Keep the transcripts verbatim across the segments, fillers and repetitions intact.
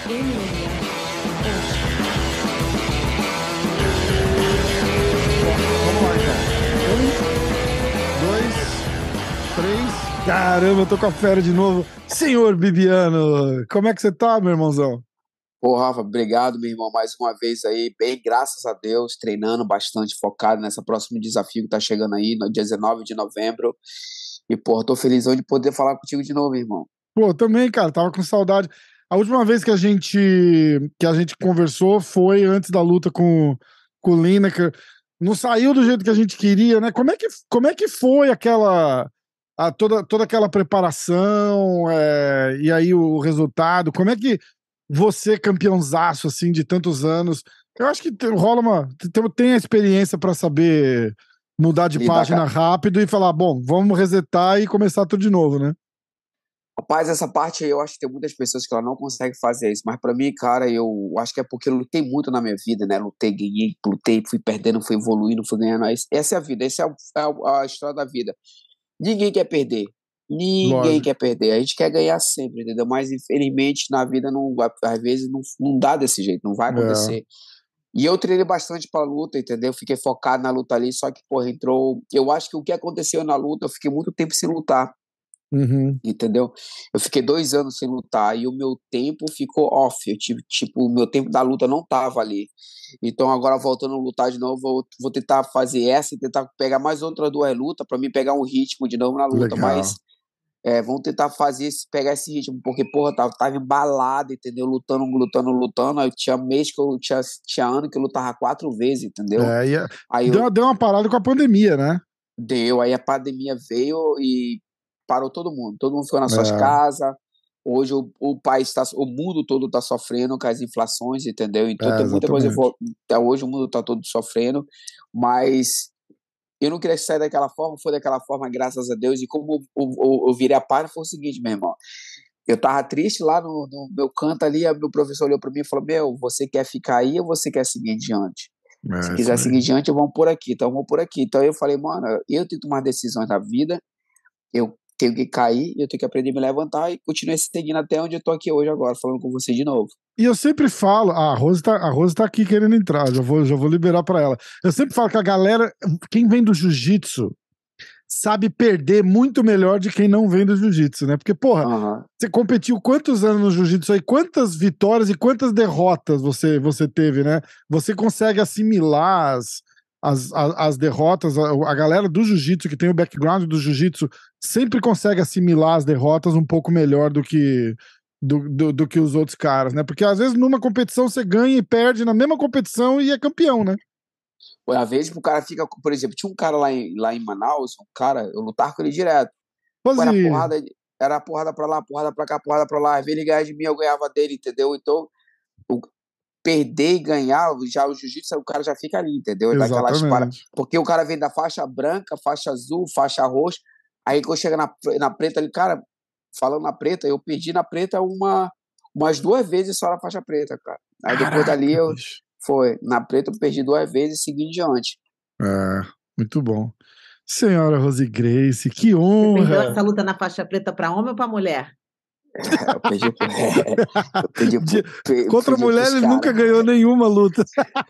M M A. Vamos lá, então. Um, dois, três. Caramba, eu tô com a fera de novo. Senhor Bibiano, como é que você tá, meu irmãozão? Pô, Rafa, obrigado, meu irmão, mais uma vez aí, bem, graças a Deus, treinando bastante, focado nesse próximo desafio que tá chegando aí, no dia dezenove de novembro. E, pô, tô felizão de poder falar contigo de novo, irmão. Pô, também, cara, tava com saudade. A última vez que a gente que a gente conversou foi antes da luta com, com o Lineker. Não saiu do jeito que a gente queria, né? Como é que, como é que foi aquela a, toda, toda aquela preparação é, e aí o resultado? Como é que você, campeãozaço assim de tantos anos, eu acho que tem- rola uma tem, tem a experiência pra saber mudar de Lidar página com- rápido e falar, bom, vamos resetar e começar tudo de novo, né? Rapaz, essa parte aí eu acho que tem muitas pessoas que ela não conseguem fazer isso, mas pra mim, cara, eu acho que é porque eu lutei muito na minha vida, né? Lutei, ganhei, lutei, fui perdendo, fui evoluindo, fui ganhando. Essa é a vida, essa é a, a- a história da vida. Ninguém quer perder. Ninguém Lógico. quer perder. A gente quer ganhar sempre, entendeu? Mas infelizmente na vida não, às vezes não, não dá desse jeito, não vai É. acontecer. E eu treinei bastante pra luta, entendeu? Fiquei focado na luta ali, só que, porra, entrou. Eu acho que o que aconteceu na luta, eu fiquei muito tempo sem lutar, Uhum. entendeu? Eu fiquei dois anos sem lutar e o meu tempo ficou off. Eu tive, tipo, o meu tempo da luta não tava ali. Então agora voltando a lutar de novo, vou, vou tentar fazer essa e tentar pegar mais outras duas lutas pra mim pegar um ritmo de novo na luta. Legal. Mas é, vamos tentar fazer esse, pegar esse ritmo, porque, porra, tava, tava embalado, entendeu? Lutando, lutando, lutando. Aí tinha mês que eu tinha, tinha ano que eu lutava quatro vezes, entendeu? É, e é- Aí deu, eu deu uma parada com a pandemia, né? deu, aí a pandemia veio e parou todo mundo. Todo mundo ficou nas suas É, casas. Hoje o, o país está, o mundo todo está sofrendo com as inflações, entendeu? Então é, tem muita coisa. exatamente. Até hoje o mundo está todo sofrendo, mas eu não queria sair daquela forma, foi daquela forma, graças a Deus. E como eu, eu, eu virei a página, foi o seguinte, meu irmão. Eu tava triste lá no, no meu canto ali, aí meu professor olhou para mim e falou: Meu, você quer ficar aí ou você quer seguir adiante? Se É, isso quiser seguir aí. adiante, vamos por aqui, então vamos por aqui. Então eu falei, mano, eu tenho que tomar decisões na vida, eu tenho que cair, eu tenho que aprender a me levantar e continuar seguindo até onde eu tô aqui hoje agora, falando com você de novo. E eu sempre falo, ah, a Rose tá, a Rose tá aqui querendo entrar, já vou, já vou liberar pra ela. Eu sempre falo que a galera, quem vem do jiu-jitsu, sabe perder muito melhor de quem não vem do jiu-jitsu, né? Porque, porra, Aham. você competiu quantos anos no jiu-jitsu aí? Quantas vitórias e quantas derrotas você, você teve, né? Você consegue assimilar as, as, as, as derrotas, a, a galera do jiu-jitsu, que tem o background do jiu-jitsu, sempre consegue assimilar as derrotas um pouco melhor do que, do, do, do que os outros caras, né? Porque às vezes numa competição você ganha e perde na mesma competição e é campeão, né? Às vezes o cara fica, por exemplo, tinha um cara lá em, lá em Manaus, um cara, eu lutava com ele direto. Pô, era Fazia. porrada, era porrada pra lá, porrada pra cá, porrada pra lá. Às vezes ele ganhava de mim, eu ganhava dele, entendeu? Então, o, perder e ganhar, já o jiu-jitsu, o cara já fica ali, entendeu? Daquelas para... Exatamente. Porque o cara vem da faixa branca, faixa azul, faixa roxa, aí quando chega na, na preta ali, cara, falando na preta, eu perdi na preta uma, umas duas vezes só na faixa preta, cara. Aí depois dali Caraca, eu, bicho. foi, na preta eu perdi duas vezes e segui em diante. É, muito bom. Senhora Rose Grace, que Você perdeu honra! essa luta na faixa preta para homem ou para mulher? Eu perdi, pro- eu perdi, De- pro- pe- Contra perdi mulher pros ele nunca caras. ganhou nenhuma luta.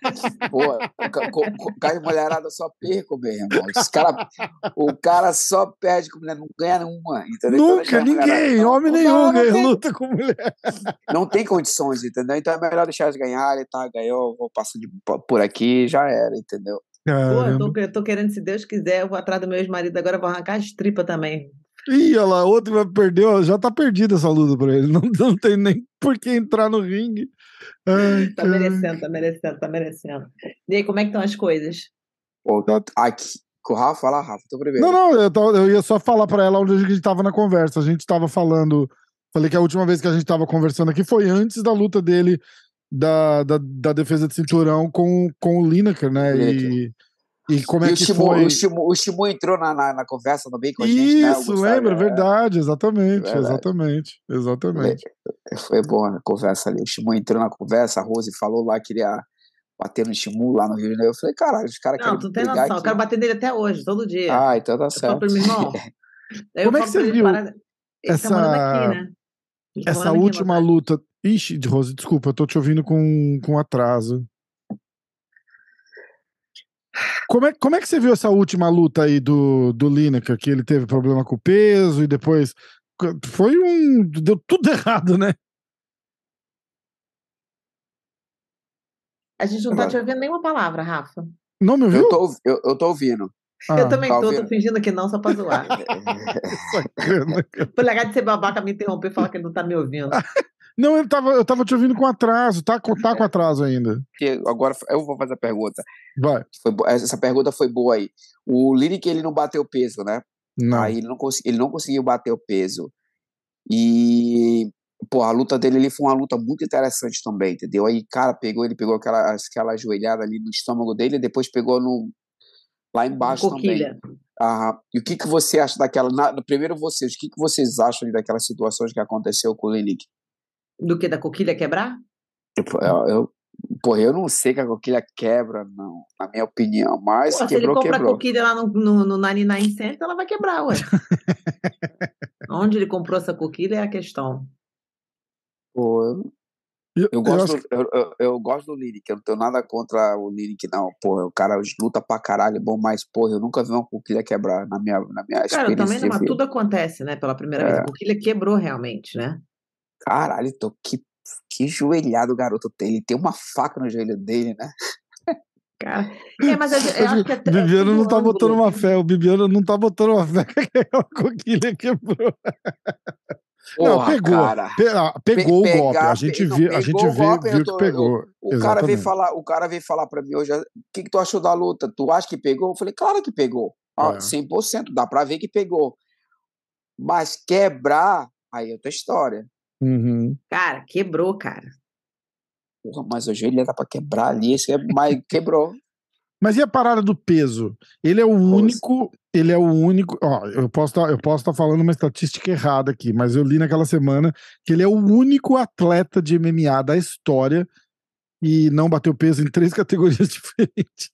Pô, com, com, com as mulheradas só perco, meu irmão. Os cara, o cara só perde com mulher, não ganha nenhuma, entendeu? Então deixa Nunca, a mulherada. ninguém, Não, homem não, nenhum não, não ganha tem, luta com mulher. não tem condições, entendeu? Então é melhor deixar eles ganharem, tá? Ganhou, vou passar de, por aqui, já era, entendeu? Pô, eu tô, Caramba. eu tô querendo, se Deus quiser, eu vou atrás do meu ex-marido agora, eu vou arrancar as tripas também. Ih, olha lá, outro vai perder, ó, já tá perdida essa luta pra ele. Não, não tem nem por que entrar no ringue. Ai, Tá cara. merecendo, tá merecendo, tá merecendo. E aí, como é que estão as coisas? Pô, Tá- aqui, com o Rafa, fala, Rafa, tô Não, primeiro. não, eu, tava- eu ia só falar pra ela onde a gente tava na conversa. A gente tava falando. Falei que a última vez que a gente tava conversando aqui foi antes da luta dele da, da, da defesa de cinturão com, com o Lineker, né? E, e como E é o que Shimu, o foi. Shimu, o Shimu entrou na, na, na conversa também com a gente, né? O Isso, Gustavo, lembra? é, Verdade, é exatamente, verdade. exatamente, exatamente. Foi boa a conversa ali. O Shimu entrou na conversa, a Rose falou lá que queria bater no Shimu lá no Rio de Janeiro. Eu falei, caralho, os caras Não, querem tu tem brigar noção, eu aqui. quero bater nele até hoje, todo dia. Ah, então tá Eu falo certo. pro meu irmão, aí eu Como é que falo pra você ele viu parar. Ele tá morando aqui, essa. né? Essa última luta... Ixi, Rose, desculpa, eu tô te ouvindo com, com atraso. Como é, como é que você viu essa última luta aí do, do Lineker, que ele teve problema com o peso e depois... Foi um... Deu tudo errado, né? A gente não tá te ouvindo nenhuma palavra, Rafa. Não me ouviu? Eu tô, eu, eu tô ouvindo. Ah, eu também tá tô, ouvindo? tô fingindo que não, só pra zoar. Sacana, cara. Foi legal de ser babaca, me interromper e falar que ele não tá me ouvindo. Não, eu tava, eu tava te ouvindo com atraso, tá, com- tá com atraso ainda. Que agora eu vou fazer a pergunta. Vai. Foi bo- essa pergunta foi boa aí. O Lineker, ele não bateu peso, né? Não. Aí ele não, cons- ele não conseguiu bater o peso. E, pô, a luta dele ali foi uma luta muito interessante também, entendeu? Aí, cara, pegou, ele pegou aquela, aquela ajoelhada ali no estômago dele e depois pegou no, lá embaixo também. Coquilha. Ah, e o que, que você acha daquela. Na, primeiro vocês, o que, que vocês acham ali daquelas situações que aconteceu com o Lineker? Do que? Da coquilha quebrar? Tipo, eu, eu, pô, eu não sei que a coquilha quebra, não, na minha opinião, mas Pô, se ele quebrou, compra a quebrou. coquilha lá no, no, no noventa e nove Cents, ela vai quebrar, ué. Onde ele comprou essa coquilha é a questão. Pô, eu, Eu, eu eu gosto, acho do, eu, eu, eu gosto do Lineker, eu não tenho nada contra o Lineker, não. Pô, o cara luta pra caralho, bom, mas, pô, eu nunca vi uma coquilha quebrar na minha, na minha Cara, eu também experiência não, de mas vida. tudo acontece, né? Pela primeira vez. A coquilha quebrou realmente, né? Caralho, tô, que, que joelhado o garoto tem. Ele tem uma faca no joelho dele, né? Cara, é, mas eu, eu acho que é, o Bibiano é não tá ângulo. botando uma fé, o Bibiano não tá botando uma fé que aquela coquilha quebrou. Porra, não, pegou. Cara. Pe ah, pegou Pe o golpe. A pegar, gente, pe não, vê, a gente o vê, golpe, viu eu tô, que pegou. eu, o, Exatamente. cara veio falar, o cara veio falar pra mim hoje, o que, que tu achou da luta? Tu acha que pegou? Eu falei, claro que pegou. É. cem por cento, dá pra ver que pegou. Mas quebrar, aí é outra história. Uhum. Cara, quebrou, cara. Porra, mas o joelho dá pra quebrar ali, esse é, mas quebrou. Mas e a parada do peso? Ele é o único, ele é o único, ó, eu posso tá, eu posso estar tá falando uma estatística errada aqui, mas eu li naquela semana que ele é o único atleta de M M A da história e não bateu peso em três categorias diferentes.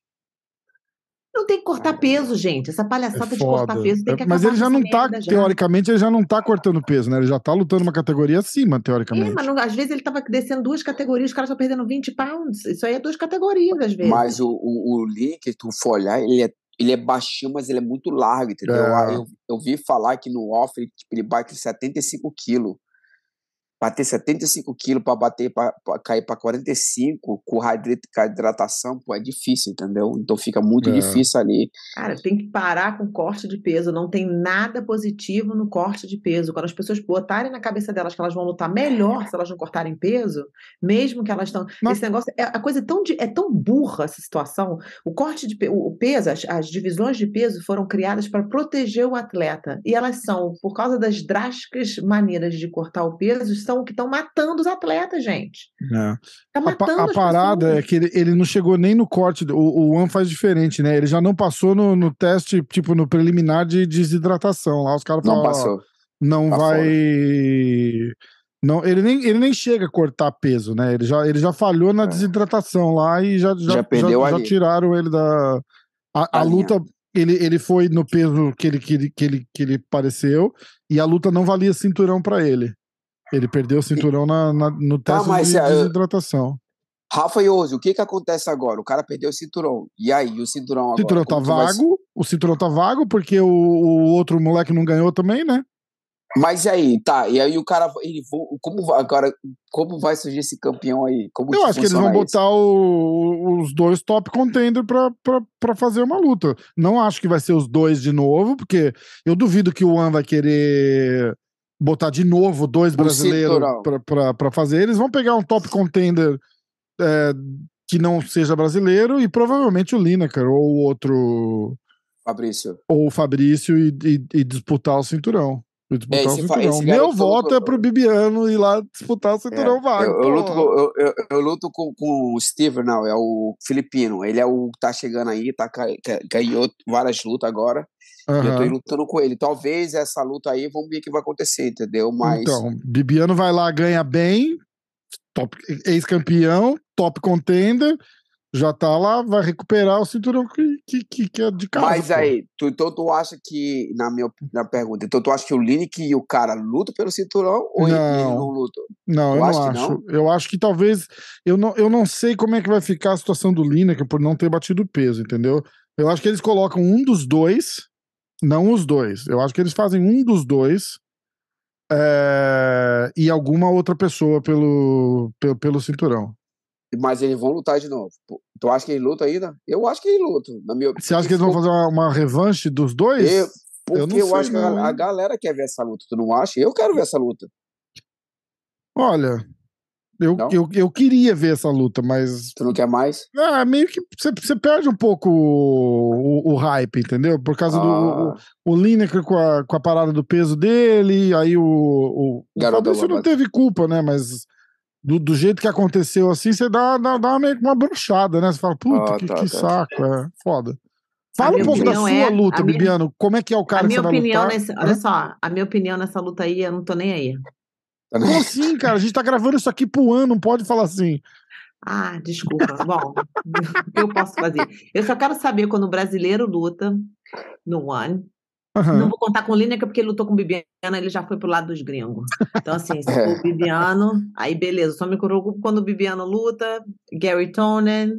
Não tem que cortar peso, gente. Essa palhaçada É de cortar peso tem que é, mas acabar ele já com não essa tá, merda já. teoricamente, ele já não tá cortando peso, né? Ele já tá lutando uma categoria acima, teoricamente. É, mas não, às vezes ele tava descendo duas categorias, os caras estão perdendo vinte pounds. Isso aí é duas categorias, às vezes. Mas o, o, o Lineker, tu for olhar, ele é, ele é baixinho, mas ele é muito largo, entendeu? É. Eu, eu vi falar que no off ele, tipo, ele bate setenta e cinco quilos. Bater setenta e cinco quilos para bater, para cair para quarenta e cinco com hidratação, pô, é difícil, entendeu? Então fica muito É. difícil ali. Cara, tem que parar com corte de peso. Não tem nada positivo no corte de peso. Quando as pessoas botarem na cabeça delas que elas vão lutar melhor se elas não cortarem peso, mesmo que elas estão. Não. Esse negócio é a coisa tão de, é tão burra essa situação. O corte de pe- o o peso, as, as divisões de peso foram criadas para proteger o atleta. E elas são, por causa das drásticas maneiras de cortar o peso, são o que estão matando os atletas, gente. É. Tá A, pa- matando a as parada pessoas. é que ele, ele não chegou nem no corte. O, o One faz diferente, né? Ele já não passou no, no teste, tipo, no preliminar de desidratação. Lá os caras Não falam, ó, passou. não Tá vai. fora. Não, ele, nem, ele nem chega a cortar peso, né? Ele já, ele já falhou na É. desidratação lá e já, já, Já perdeu já, já ali. tiraram ele da. A, a Da linha. luta, ele, ele foi no peso que ele, que, ele, que, ele, que ele pareceu e a luta não valia cinturão pra ele. Ele perdeu o cinturão na, na- no Tá, teste mas de é, eu- desidratação. Rafa e Ozzy, o que que acontece agora? O cara perdeu o cinturão. E aí, o cinturão O agora? cinturão tá Como que vai ser? vago, o cinturão tá vago porque o, o outro moleque não ganhou também, né? Mas e aí, tá, e aí o cara, ele, vo- como vai, agora, como vai surgir esse campeão aí? Como Eu que acho que eles funciona vão isso? botar o- os dois top contender pra, pra, pra fazer uma luta. Não acho que vai ser os dois de novo, porque eu duvido que o One vai querer botar de novo dois O brasileiros cinturão. pra, pra, pra fazer. Eles vão pegar um top contender é, que não seja brasileiro e provavelmente o Lineker ou o outro, Fabrício. ou o Fabrício e, e- e disputar o cinturão. E disputar É, o esse fa- cinturão. esse Meu garoto que eu voto luto- é pro Bibiano ir lá disputar o cinturão É, vago. eu, eu luto, porra. com, eu, eu, eu luto com, com o Steven, não, é o filipino. Ele é o que tá chegando aí, tá, ca- ca- ganhou várias lutas agora. E eu tô Aham. aí lutando com ele. Talvez essa luta aí, vamos ver o que vai acontecer, entendeu? Mas Então, Bibiano vai lá, ganha bem, top- ex-campeão, top contender, já tá lá, vai recuperar o cinturão que, que, que, que é de casa. Mas pô. aí, tu, então tu acha que, na minha na pergunta, então tu acha que o Lineker e o cara lutam pelo cinturão ou ele não Não, lutam? não, Tu eu não acha que acho. não? Eu acho que talvez. Eu não, eu não sei como é que vai ficar a situação do Lineker por não ter batido o peso, entendeu? Eu acho que eles colocam um dos dois, não os dois. Eu acho que eles fazem um dos dois é, e alguma outra pessoa pelo, pelo, pelo cinturão. Mas eles vão lutar de novo. Pô, tu acha que eles lutam ainda? Eu acho que eles lutam. Na minha, Você acha porque que eles vão ficou, fazer uma, uma revanche dos dois? eu, Eu porque não eu sei, acho que não, a, a hein? galera quer ver essa luta. Tu não acha? Eu quero ver essa luta. Olha, eu, Não? eu, eu queria ver essa luta, mas Tu não quer mais? ah, meio que você, você perde um pouco o, o, o hype, entendeu? Por causa do o, Ah, o Lineker com a, com a parada do peso dele, aí o, o, o garota Fabrício não loba. teve culpa, né? Mas do, do jeito que aconteceu assim, você dá, dá, dá meio que uma brochada, né? Você fala, puta, Ah, que, tá, que tá. saco, é foda. A Fala um minha pouco da opinião sua é, a luta, minha, Bibiano. Como é que é o a cara que minha você vai opinião lutar? nesse, olha Hã? só, a minha opinião nessa luta aí, eu não tô nem aí. Tá, né? Como assim, cara? A gente tá gravando isso aqui pro ano, não pode falar assim. Ah, desculpa. Bom, o que eu posso fazer? Eu só quero saber quando o brasileiro luta no One. Não Aham. vou contar com o Lineker porque ele lutou com o Bibiano, ele já foi pro lado dos gringos. Então, assim, se for o É. Bibiano, aí beleza. Só me preocupo quando o Bibiano luta, Gary Tonin.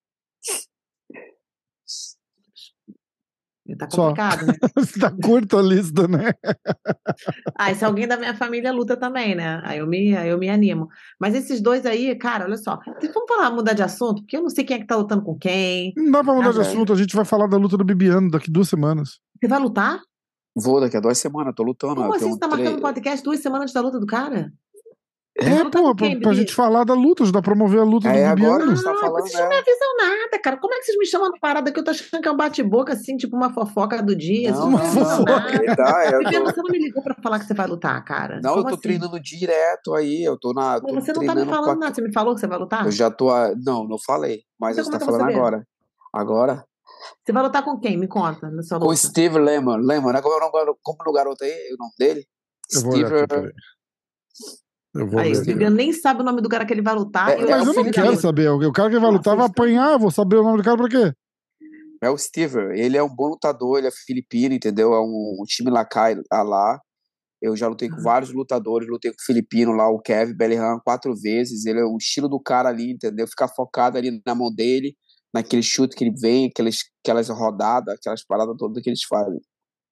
Tá Só. complicado, né? Tá curta a lista, né? Ah, e se alguém da minha família luta também, né? Aí eu me, aí eu me animo. Mas esses dois aí, cara, olha só. Vamos falar, mudar de assunto, porque eu não sei quem é que tá lutando com quem. Não dá pra mudar de Nada. assunto, a gente vai falar da luta do Bibiano daqui duas semanas. Você vai lutar? Vou daqui a duas semanas, tô lutando. Como Eu assim tenho você um tá marcando um tre... podcast duas semanas antes da luta do cara? Você É, vai lutar pô, com pra, quem, pra gente Bibi? falar da luta, ajudar a promover a luta do É agora que a Bibiano. gente tá Ah, falando, vocês não me né? avisam nada, cara. Como é que vocês me chamam na parada que eu tô achando que é um bate-boca, assim, tipo uma fofoca do dia? Vocês Não, não Uma me não, avisam não. fofoca. É, nada. tá, eu Bibi, tô. você não me ligou pra falar que você vai lutar, cara. Não, eu Como tô assim? treinando direto aí. Eu tô na, Mas tô você não tá me treinando pra. falando nada. Você me falou que você vai Eu lutar? já tô. a- Não, não falei. Mas a Então gente como é tá que eu vou falando saber? agora. Agora. Você vai lutar com quem? Me conta, na sua Com o luta. Steve Lemon. Lemon, né? Como é o nome, como no garoto aí? O nome dele? Eu vou olhar Steve. aqui, peraí. Eu vou Aí, ver o aqui. Bibiano Steve. nem sabe o nome do cara que ele vai lutar e eu É, é Mas o já eu não sei da quero Felipe. luta. saber. O cara que vai Ah, lutar vai vocês estão. apanhar, eu vou saber o nome do cara pra quê? É o Steve. Ele é um bom lutador. Ele é filipino, entendeu? É um, um time lá, cai lá. Eu já lutei com vários lutadores, lutei com o filipino lá, o Kevin Bellingham, quatro vezes. Ele é o estilo do cara ali, entendeu? Ficar focado ali na mão dele, naquele chute que ele vem, aquelas, aquelas rodadas, aquelas paradas todas que eles fazem.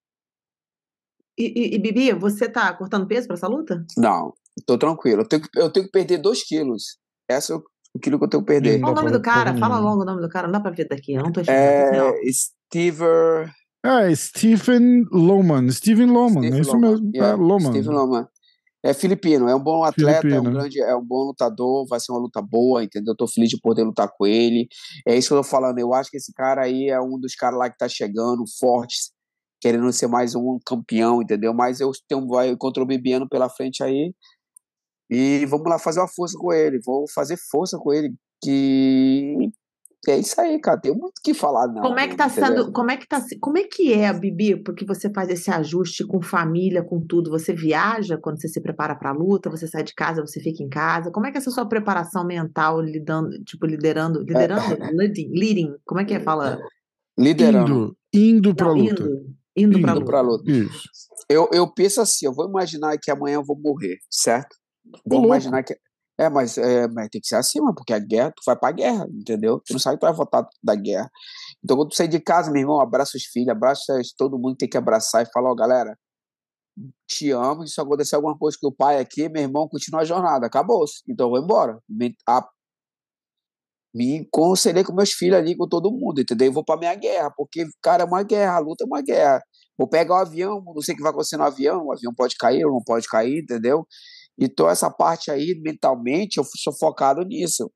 E, e, e, Bibi, você tá cortando peso pra essa luta? Não, tô tranquilo. Eu tenho, que- eu tenho que perder dois quilos. Esse é o, o quilo que eu tenho que Ih, perder. não Qual o dá pra nome ver do cara? porra Fala nenhuma. logo o nome do cara. Não dá pra ver daqui, eu não tô enxergando. Assim, ó. É Steve. É, Stephen Loman. Stephen Loman, é Steve isso Loma. mesmo. É, Yeah, Steve Loman. Loma. É filipino, é um bom atleta, é um Filipino. grande, é um bom lutador, vai ser uma luta boa, entendeu? Eu tô feliz de poder lutar com ele. É isso que eu tô falando. Eu acho que esse cara aí é um dos caras lá que tá chegando, forte, querendo ser mais um campeão, entendeu? Mas eu tenho vai contra o Bibiano pela frente aí. E vamos lá fazer uma força com ele. Vou fazer força com ele. Que é isso aí, cara. Tem muito o que falar, não, Como é que mesmo, tá entendeu? sendo, como é que tá, se- como é que é, Bibi, porque você faz esse ajuste com família, com tudo, você viaja quando você se prepara para a luta, você sai de casa, você fica em casa, como é que é essa sua preparação mental, lidando, tipo, liderando, liderando, É, leading, leading, como é que é, fala, liderando, Indo. Indo pra não, luta. indo, indo para a indo Indo. pra luta. luta. Isso. Eu, eu penso assim, eu vou imaginar que amanhã eu vou morrer, certo? Ô, Vamos louco. imaginar que. É, mas, é, mas tem que ser assim, mano, porque a guerra, tu vai pra guerra, entendeu? Tu não sabe que tu vai voltar da guerra. Então, quando tu sair de casa, meu irmão, abraça os filhos, abraça todo mundo, tem que abraçar e falar, ó, galera, te amo, e se acontecer alguma coisa com o pai aqui, meu irmão, continua a jornada, acabou-se. Então, eu vou embora. Me, a, me conselhei com meus filhos ali, com todo mundo, entendeu? Eu vou pra minha guerra, porque, cara, é uma guerra, a luta é uma guerra. Vou pegar o avião, não sei o que vai acontecer no avião, o avião pode cair ou não pode cair, entendeu? Então, essa parte aí, mentalmente, eu sou focado nisso.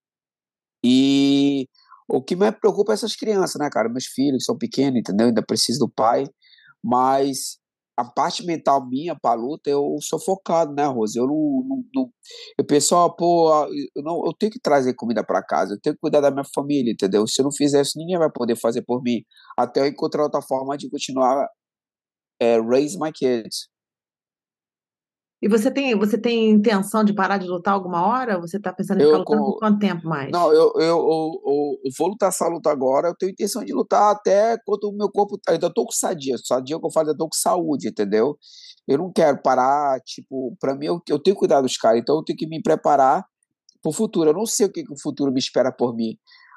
E o que me preocupa é essas crianças, né, cara? Meus filhos são pequenos, entendeu? Ainda preciso do pai. Mas a parte mental minha pra luta, eu sou focado, né, Rose? Eu não. não, não eu penso, ó, pô, eu, não, eu tenho que trazer comida pra casa, eu tenho que cuidar da minha família, entendeu? Se eu não fizer isso, ninguém vai poder fazer por mim. Até eu encontrar outra forma de continuar é, raise my kids. E você tem, você tem intenção de parar de lutar alguma hora? Ou você está pensando em ficar Eu, lutando por com, quanto tempo mais? não, eu, eu, eu, eu, eu vou lutar essa luta agora, eu tenho intenção de lutar até quando o meu corpo, eu ainda tô com sadia, sadia que eu falo, eu tô com saúde, entendeu? Eu não quero parar, tipo, pra mim, eu, eu tenho que cuidar dos caras, então eu tenho que me preparar pro futuro, eu não sei o que, que o futuro me espera por mim,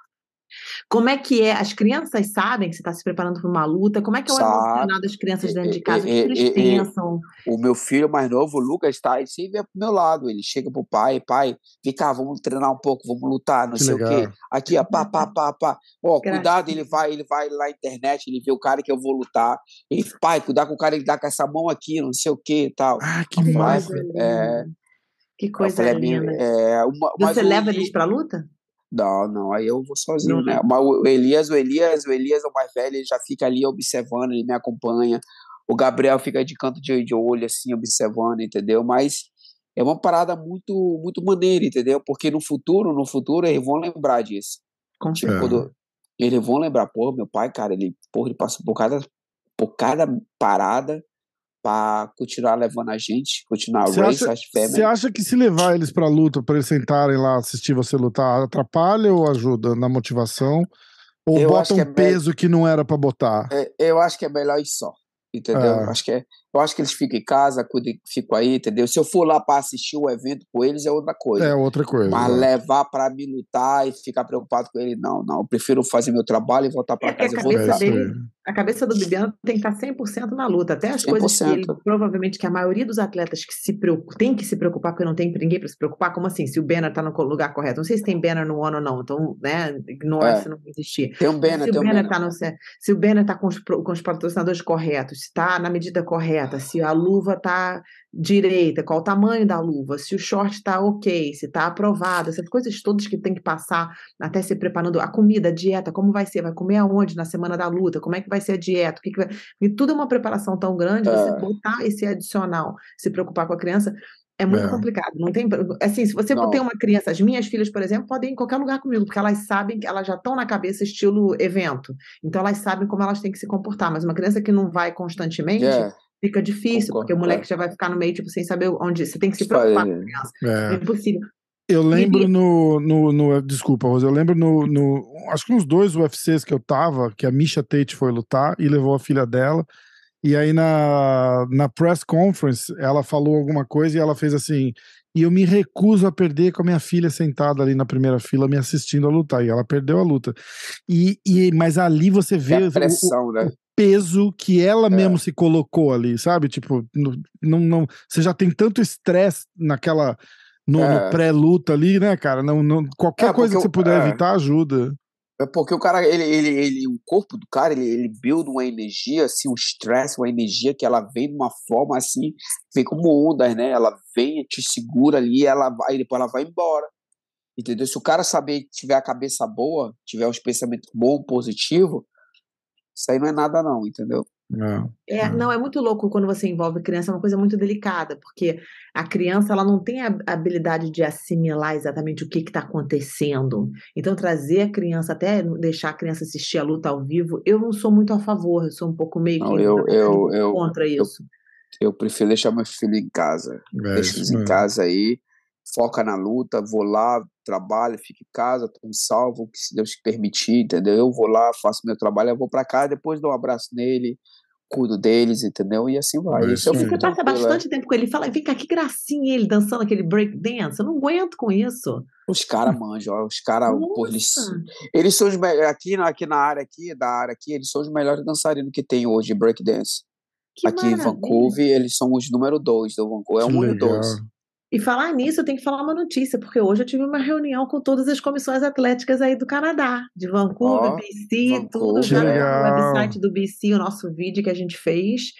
Como é que é? As crianças sabem que você está se preparando para uma luta? Como é que é o sabe? emocional das crianças E, dentro de e, casa? O que que e, eles e, e, pensam? o meu filho mais novo, o Lucas, tá, ele sempre é pro meu lado. Ele chega pro pai, pai, vem cá, vamos treinar um pouco, vamos lutar, não Que sei o quê. legal. Aqui, ó, pá, pá, pá, pá. Ó, cuidado, ele Gracinha. vai, ele vai lá na internet, ele vê o cara que eu vou lutar. Ele, pai, cuidado com o cara, ele dá com essa mão aqui, não sei o quê e tal. Ah, que Eu Que falei, coisa massa. é, linda. Que eu coisa falei, é, bem- linda. é, uma- mas Você o, leva e eles para a luta? não, não, aí eu vou sozinho, Não né? leva. Mas o Elias, o Elias, o Elias é o mais velho, ele já fica ali observando, ele me acompanha. O Gabriel fica de canto de, de olho, assim, observando, entendeu? Mas é uma parada muito, muito maneira, entendeu? Porque no futuro, no futuro, eles vão lembrar disso. Com Tipo, É. certeza. quando eles vão lembrar, pô, meu pai, cara, ele, porra, ele passou por cada, por cada parada para continuar levando a gente, continuar a Você race, acha, as você family. acha que se levar eles pra luta, pra eles sentarem lá, assistir você lutar, atrapalha ou ajuda na motivação? Ou Eu bota acho que um é, me- peso que não era pra botar? é, eu acho que é melhor ir só, entendeu? É, Acho que é, eu acho que eles ficam em casa, cuidem, ficam aí, entendeu? Se eu for lá para assistir o evento com eles, é outra é coisa. outra coisa, Mas exato. levar para me lutar e ficar preocupado com ele, não, não. Eu prefiro fazer meu trabalho e voltar É para porque a casa. Eu vou É cabeça lutar, isso aí. dele, a cabeça do Bibiano tem que estar cem por cento na luta. Até as cem por coisas que ele, cento. provavelmente, que a maioria dos atletas que se preocupam, tem que se preocupar, porque não tem ninguém para se preocupar, como assim? Se o banner está no lugar correto. Não sei se tem banner no ano ou não, então, né, ignora se É, não existir. tem um Mas banner, se o tem um banner banner. está no cer- se o banner tá com os, pro- com os patrocinadores corretos, se está na medida correta, se a luva está direita, qual o tamanho da luva, se o short está ok, se está aprovado, essas coisas todas que tem que passar até se preparando, a comida, a dieta, como vai ser, vai comer aonde na semana da luta, como é que vai ser a dieta, o que que vai... E tudo é uma preparação tão grande, você É, botar esse adicional, se preocupar com a criança, é muito É. complicado, não tem, assim, se você tem não, uma criança, as minhas filhas, por exemplo, podem ir em qualquer lugar comigo, porque elas sabem que elas já estão na cabeça estilo evento, então elas sabem como elas têm que se comportar, mas uma criança que não vai constantemente, é, fica difícil, porque o concordo. moleque É. já vai ficar no meio, tipo, sem saber onde, você tem que se Tipo, preocupar com a é, criança, é É. impossível. Eu lembro Bibi, no, no, no- Desculpa, Rose. Eu lembro no, no. Acho que uns dois U F Cs que eu tava, que a Misha Tate foi lutar e levou a filha dela. E aí na, na press conference ela falou alguma coisa e ela fez assim. E eu me recuso a perder com a minha filha sentada ali na primeira fila me assistindo a lutar. E ela perdeu a luta. E, e, mas ali você é vê a o, o- pressão, né? o peso que ela mesmo É, se colocou ali, sabe? Tipo, no- não, não, você já tem tanto estresse naquela. No, no é, pré-luta ali, né, cara? Não, não, qualquer é coisa porque que você eu, puder é, evitar ajuda. É porque o cara, ele, ele, ele, o corpo do cara, ele, ele build uma energia, assim, um stress, uma energia que ela vem de uma forma assim, vem como ondas, né? Ela vem, te segura ali, ela vai, depois ela vai embora. Entendeu? Se o cara saber, tiver a cabeça boa, tiver os pensamentos bons, positivos, isso aí não é nada não, entendeu? Não, É, não. não, é muito louco quando você envolve criança, é uma coisa muito delicada, porque a criança ela não tem a habilidade de assimilar exatamente o que está acontecendo. Então, trazer a criança, até deixar a criança assistir a luta ao vivo, eu não sou muito a favor, eu sou um pouco meio Não, que, na eu, verdade, eu, eu, contra eu, isso. eu prefiro deixar meus filhos em casa. É Deixa isso eles em mesmo. casa aí, foca na luta, vou lá, trabalho, fico em casa, tô salvo, que se Deus permitir, entendeu? Eu vou lá, faço meu trabalho, eu vou pra casa, depois dou um abraço nele, cuido deles, entendeu? E assim vai. É Isso eu isso E fico você aí. passa tranquilo, é. bastante tempo com ele, fala, vem cá, que gracinha ele dançando aquele break dance, eu não aguento com isso. Os caras manjam, ó, os caras, pô, eles, Nossa, eles são os melhores, aqui, na- aqui na área aqui, da área aqui, eles são os melhores dançarinos que tem hoje de breakdance. que Aqui em maravilha. Vancouver, eles são os número dois do Vancouver, é Que um e o legal. dois. E falar nisso, eu tenho que falar uma notícia, porque hoje eu tive uma reunião com todas as comissões atléticas aí do Canadá, de Vancouver, Ó, B C, tudo Que Vancouver, já é. está no legal. website do B C, o nosso vídeo que a gente fez,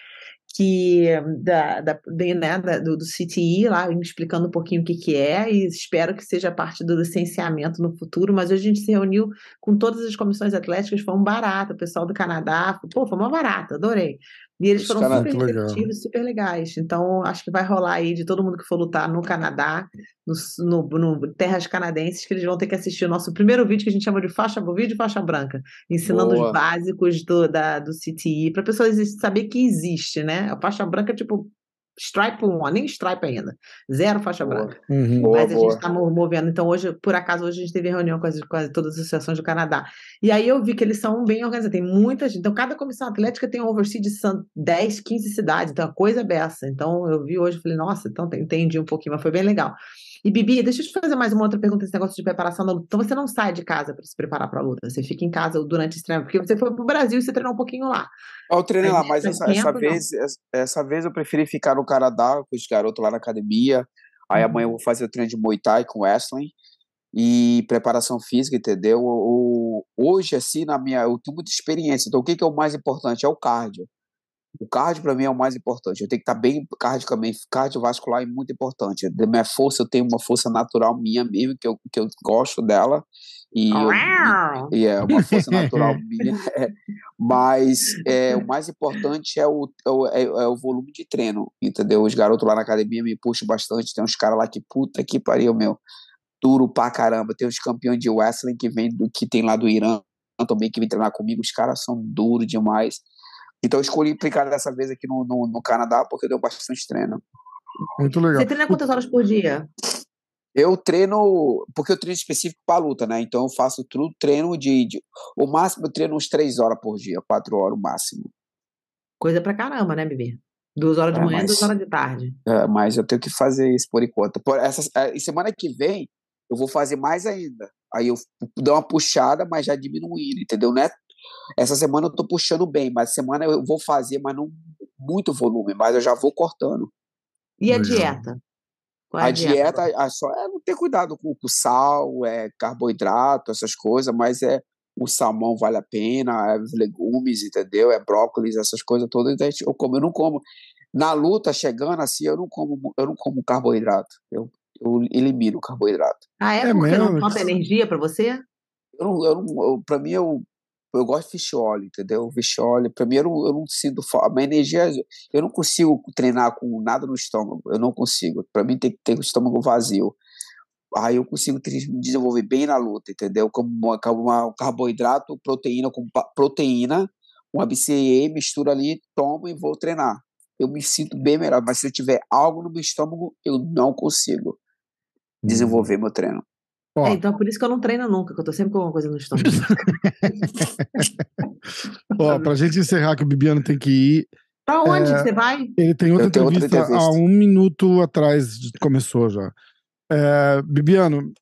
que da, da, de, né, da- do, do C T E, lá, explicando um pouquinho o que, que é, e espero que seja parte do licenciamento no futuro, mas hoje a gente se reuniu com todas as comissões atléticas, foi um barato, o pessoal do Canadá, pô, foi uma barata, adorei. E eles Os foram super Muito caras, legal. receptivos, super legais. Então, acho que vai rolar aí de todo mundo que for lutar no Canadá, no, no, no terras canadenses, que eles vão ter que assistir o nosso primeiro vídeo, que a gente chama de faixa, vídeo faixa branca, ensinando os boa. básicos do, da, do C T E, para pessoas saber que existe, né? A faixa branca é tipo stripe one, nem stripe ainda. Zero faixa Boa. branca. Uhum. Boa, Mas a gente boa. está movendo. Então, hoje, por acaso, hoje a gente teve reunião com, as, com as- todas as associações do Canadá. E aí eu vi que eles são bem organizados. Tem muita gente. Então, cada comissão atlética tem um oversee de são dez, quinze cidades. Então, a coisa é beça. Então, eu vi hoje e falei, nossa, então entendi um pouquinho, mas foi bem legal. E, Bibi, deixa eu te fazer mais uma outra pergunta, esse negócio de preparação da luta. Então, você não sai de casa para se preparar para a luta. Você fica em casa durante esse treino, porque você foi para o Brasil e você treinou um pouquinho lá. Eu treinei Mas lá, mas nesse essa, essa tempo, não. vez, essa, essa vez eu preferi ficar no Canadá com os garotos lá na academia. Aí amanhã eu Uhum. vou fazer o treino de Muay Thai com Wesley e preparação física, entendeu? O, o- hoje, assim, na minha, eu tenho muita experiência. Então, o que que é o mais importante? É o cardio. O cardio para mim é o mais importante. Eu tenho que estar bem cardiovascular, cardiovascular é muito importante. Da minha força, eu tenho uma força natural minha mesmo, que eu, que eu gosto dela. E, eu, e, e é uma força natural minha. é. Mas é, o mais importante é o, é, o, é, é o volume de treino, entendeu? Os garotos lá na academia me puxam bastante. Tem uns caras lá que, puta que pariu, meu. Duro pra caramba. Tem os campeões de wrestling que, vem do, que tem lá do Irã também, que vem treinar comigo. Os caras são duros demais. Então eu escolhi ficar dessa vez aqui no, no, no Canadá porque deu bastante treino. Muito legal. Você treina quantas horas por dia? Eu treino, porque eu treino específico para luta, né? Então eu faço tudo, treino de, de. O máximo eu treino uns três horas por dia, quatro horas o máximo. Coisa pra caramba, né, Bibi? Duas horas de É, manhã e duas mas, horas de tarde. é, mas eu tenho que fazer isso por enquanto. Por essa, é, e semana que vem eu vou fazer mais ainda. Aí eu dou uma puxada, mas já diminuindo, entendeu? Né? Essa semana eu tô puxando bem, mas semana eu vou fazer, mas não muito volume, mas eu já vou cortando. E a Legal. dieta? Qual é A a dieta? dieta a só é não ter cuidado com, com sal, é carboidrato, essas coisas, mas é o salmão vale a pena, é os legumes, entendeu? É brócolis, essas coisas todas. Então, eu como, eu não como. Na luta chegando assim, eu não como, eu não como carboidrato. Eu, eu elimino o carboidrato. Ah, é É porque não mesmo? falta energia pra você? Eu não, eu não, eu, pra mim, eu, eu gosto de fish oil, entendeu? Fish oil, pra mim, eu não, eu não sinto falta. A minha energia, eu não consigo treinar com nada no estômago, eu não consigo. Pra mim, tem que ter o estômago vazio. Aí eu consigo tre- me desenvolver bem na luta, entendeu? Como uma, como uma- um carboidrato, proteína com pa- proteína, uma B C A A, misturo ali, tomo e vou treinar. Eu me sinto bem melhor, mas se eu tiver algo no meu estômago, eu não consigo desenvolver meu treino. Ó, É, então por isso que eu não treino nunca, que eu tô sempre com alguma coisa no estômago. ó, pra gente encerrar que o Bibiano tem que ir, Pra onde que é, você vai? ele tem outra Eu tenho outra entrevista há entrevista. um minuto atrás, começou já. É, Bibiano,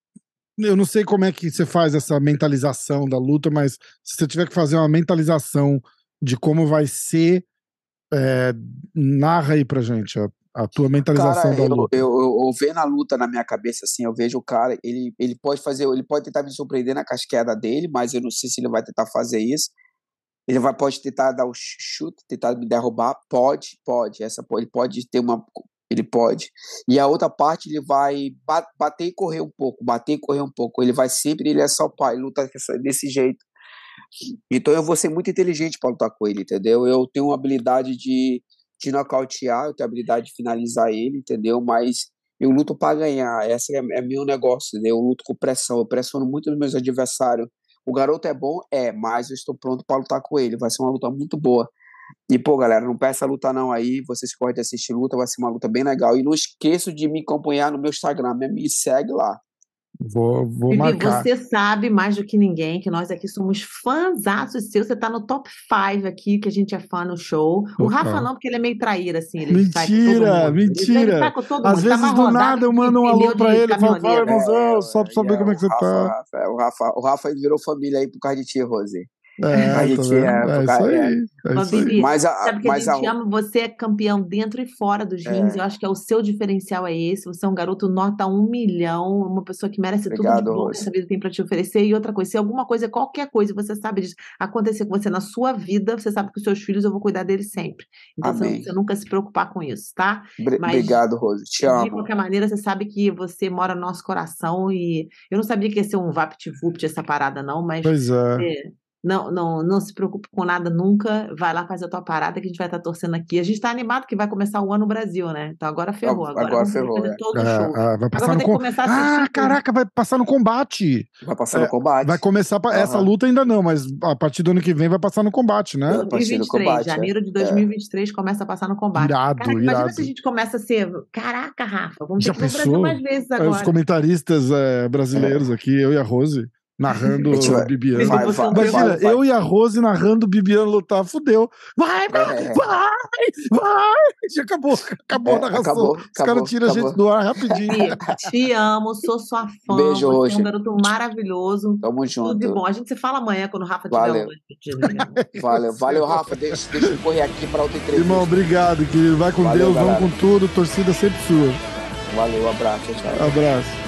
eu não sei como é que você faz essa mentalização da luta, mas se você tiver que fazer uma mentalização de como vai ser, é, narra aí pra gente a, a tua mentalização Cara, da eu, luta. eu, eu, eu vendo a luta na minha cabeça, assim, eu vejo o cara, ele, ele pode fazer, ele pode tentar me surpreender na casqueda dele, mas eu não sei se ele vai tentar fazer isso. Ele vai, pode tentar dar o ch- chute, tentar me derrubar, pode, pode, essa pode, ele pode ter uma, ele pode. E a outra parte ele vai ba- bater e correr um pouco, bater e correr um pouco. Ele vai sempre, ele é só pai, ele luta dessa- desse jeito. Então eu vou ser muito inteligente para lutar com ele, entendeu? Eu tenho uma habilidade de, de nocautear, eu tenho a habilidade de finalizar ele, entendeu? Mas eu luto para ganhar, esse é, é meu negócio, entendeu? Eu luto com pressão, eu pressiono muito os meus adversários. O garoto é bom? É, mas eu estou pronto para lutar com ele, vai ser uma luta muito boa. E, pô, galera, não peça luta não aí, vocês que gostam de assistir luta, vai ser uma luta bem legal. E não esqueça de me acompanhar no meu Instagram, me segue lá. Vou, vou Bibi, marcar. você sabe mais do que ninguém que nós aqui somos fãzaços seus. Você tá no top cinco aqui, que a gente é fã no show. O Total. Rafa não, porque ele é meio traíra, assim, ele sai com todo Mentira, mundo. Ele, ele sai mentira. com todo Às mundo. Tá vezes mais do rodado nada eu que mando um pneu alô pra de ele e falo, fala, caminhoneiro. irmãozão, só pra É, saber é, como é o que você Rafa, tá. o Rafa, é, o Rafa, o Rafa ele virou família aí por causa de ti, Rose. É, A tá gente vendo? é, É por isso causa, é. aí, é Ô, isso aí. Bibi, Mas a, sabe que a mas a, gente ama? Você é campeão dentro e fora dos rings. é, Eu acho que é o seu diferencial é esse. Você é um garoto nota um milhão, uma pessoa que merece tudo de obrigado, bom que Rose. essa vida tem para te oferecer. E outra coisa, se alguma coisa, qualquer coisa, você sabe disso, acontecer com você na sua vida, você sabe que os seus filhos eu vou cuidar deles sempre. Então você não Amém. precisa nunca se preocupar com isso, tá? Bri- Mas Obrigado, Rose. Te de amo. qualquer maneira, você sabe que você mora no nosso coração e eu não sabia que ia ser um vapt-vupt essa parada, não, mas Pois é. você, Não, não, não se preocupe com nada nunca. Vai lá fazer a tua parada que a gente vai estar torcendo aqui. A gente está animado que vai começar o ano no Brasil, né? Então agora ferrou. Agora, agora vamos ferrou, fazer é. todo o É, show. é, vai passar Agora no vai ter que com... começar a assistir Ah, tudo. caraca, vai passar no combate. Vai passar É, no combate. vai começar pra... Aham. essa luta ainda não, mas a partir do ano que vem vai passar no combate, né? A partir do dois mil e vinte e três, combate, é. janeiro de dois mil e vinte e três começa a passar no combate. Irado, Cara, imagina irado. se a gente começa a ser. Caraca, Rafa, vamos ter Já que ir no Brasil pensou? mais vezes É, os agora. comentaristas é, brasileiros aqui, eu e a Rose, narrando A gente vai- o Bibiano. vai- Você vai- não tem- Imagina, vai- eu e a Rose narrando o Bibiano lutar, fudeu. Vai, vai, É. vai, vai. Já acabou, acabou É, a narração. acabou, Os acabou, caras tiram a gente acabou. do ar rapidinho. Fih, te amo, sou sua fã. Beijo, você é Roxa. um garoto maravilhoso. Tamo Tudo de junto. bom. A gente se fala amanhã quando o Rafa Valeu. tiver um. Valeu, valeu, Rafa. Deixa, deixa eu correr aqui para outra entrevista. Irmão, obrigado, querido. Vai com Valeu, Deus, galera. vamos com tudo. Torcida sempre sua. Valeu, um abraço, tchau. Abraço.